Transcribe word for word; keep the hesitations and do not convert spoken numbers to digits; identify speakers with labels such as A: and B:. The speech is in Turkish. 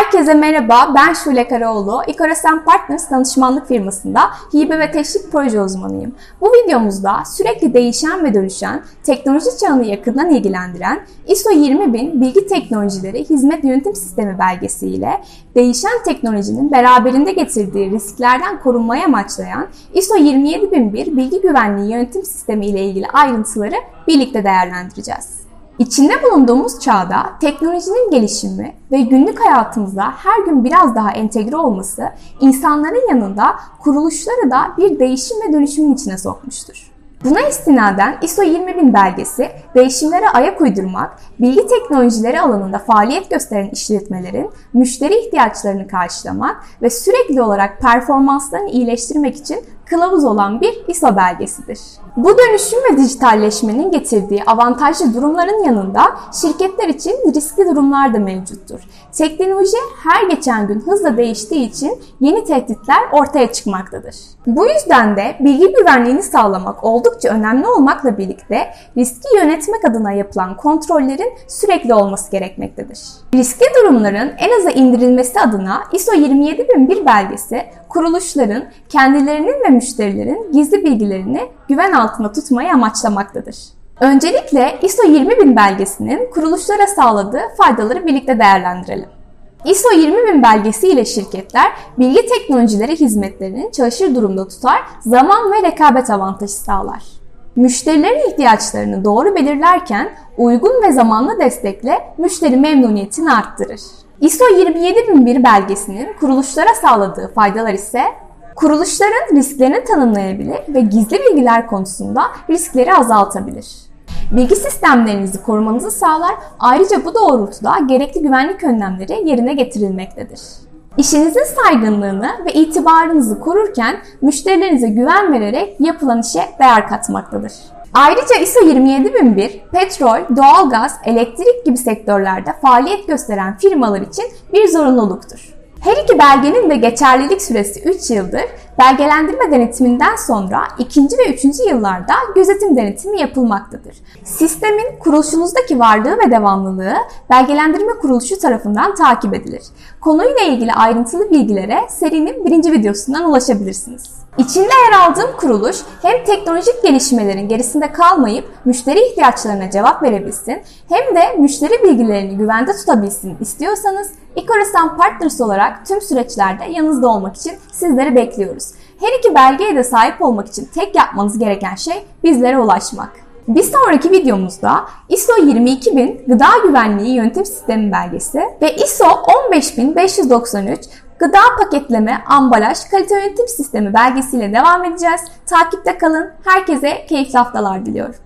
A: Herkese merhaba, ben Şule Karaoğlu. Ikorasan Partners danışmanlık firmasında hibe ve teşvik proje uzmanıyım. Bu videomuzda sürekli değişen ve dönüşen, teknoloji çağını yakından ilgilendiren I S O yirmi bin Bilgi Teknolojileri Hizmet Yönetim Sistemi belgesi ile değişen teknolojinin beraberinde getirdiği risklerden korunmayı amaçlayan I S O yirmi yedi bin bir Bilgi Güvenliği Yönetim Sistemi ile ilgili ayrıntıları birlikte değerlendireceğiz. İçinde bulunduğumuz çağda teknolojinin gelişimi ve günlük hayatımıza her gün biraz daha entegre olması insanların yanında kuruluşları da bir değişim ve dönüşümün içine sokmuştur. Buna istinaden I S O yirmi bin belgesi, değişimlere ayak uydurmak, bilgi teknolojileri alanında faaliyet gösteren işletmelerin müşteri ihtiyaçlarını karşılamak ve sürekli olarak performanslarını iyileştirmek için kılavuz olan bir I S O belgesidir. Bu dönüşüm ve dijitalleşmenin getirdiği avantajlı durumların yanında şirketler için riskli durumlar da mevcuttur. Teknoloji her geçen gün hızla değiştiği için yeni tehditler ortaya çıkmaktadır. Bu yüzden de bilgi güvenliğini sağlamak oldukça önemli olmakla birlikte riski yönetmek adına yapılan kontrollerin sürekli olması gerekmektedir. Riskli durumların en aza indirilmesi adına I S O yirmi yedi bin bir belgesi, kuruluşların kendilerinin ve müşterilerin gizli bilgilerini güven altında tutmayı amaçlamaktadır. Öncelikle I S O yirmi bin belgesinin kuruluşlara sağladığı faydaları birlikte değerlendirelim. I S O yirmi bin belgesi ile şirketler bilgi teknolojileri hizmetlerini çalışır durumda tutar, zaman ve rekabet avantajı sağlar. Müşterilerin ihtiyaçlarını doğru belirlerken uygun ve zamanlı destekle müşteri memnuniyetini arttırır. I S O yirmi yedi bin bir belgesinin kuruluşlara sağladığı faydalar ise kuruluşların risklerini tanımlayabilir ve gizli bilgiler konusunda riskleri azaltabilir. Bilgi sistemlerinizi korumanızı sağlar, ayrıca bu doğrultuda gerekli güvenlik önlemleri yerine getirilmektedir. İşinizin saygınlığını ve itibarınızı korurken müşterilerinize güven vererek yapılan işe değer katmaktadır. Ayrıca I S O yirmi yedi bin bir, petrol, doğalgaz, elektrik gibi sektörlerde faaliyet gösteren firmalar için bir zorunluluktur. Her iki belgenin de geçerlilik süresi üç yıldır, belgelendirme denetiminden sonra ikinci ve üçüncü yıllarda gözetim denetimi yapılmaktadır. Sistemin kuruluşunuzdaki varlığı ve devamlılığı belgelendirme kuruluşu tarafından takip edilir. Konuyla ilgili ayrıntılı bilgilere serinin birinci videosundan ulaşabilirsiniz. İçinde yer aldığım kuruluş hem teknolojik gelişmelerin gerisinde kalmayıp müşteri ihtiyaçlarına cevap verebilsin hem de müşteri bilgilerini güvende tutabilsin istiyorsanız Ikorasan Partners olarak tüm süreçlerde yanınızda olmak için sizleri bekliyoruz. Her iki belgeye de sahip olmak için tek yapmanız gereken şey bizlere ulaşmak. Bir sonraki videomuzda I S O yirmi iki bin Gıda Güvenliği Yönetim Sistemi belgesi ve I S O on beş bin beş yüz doksan üç Gıda Paketleme, Ambalaj, Kalite Yönetim Sistemi belgesiyle devam edeceğiz. Takipte kalın. Herkese keyifli haftalar diliyorum.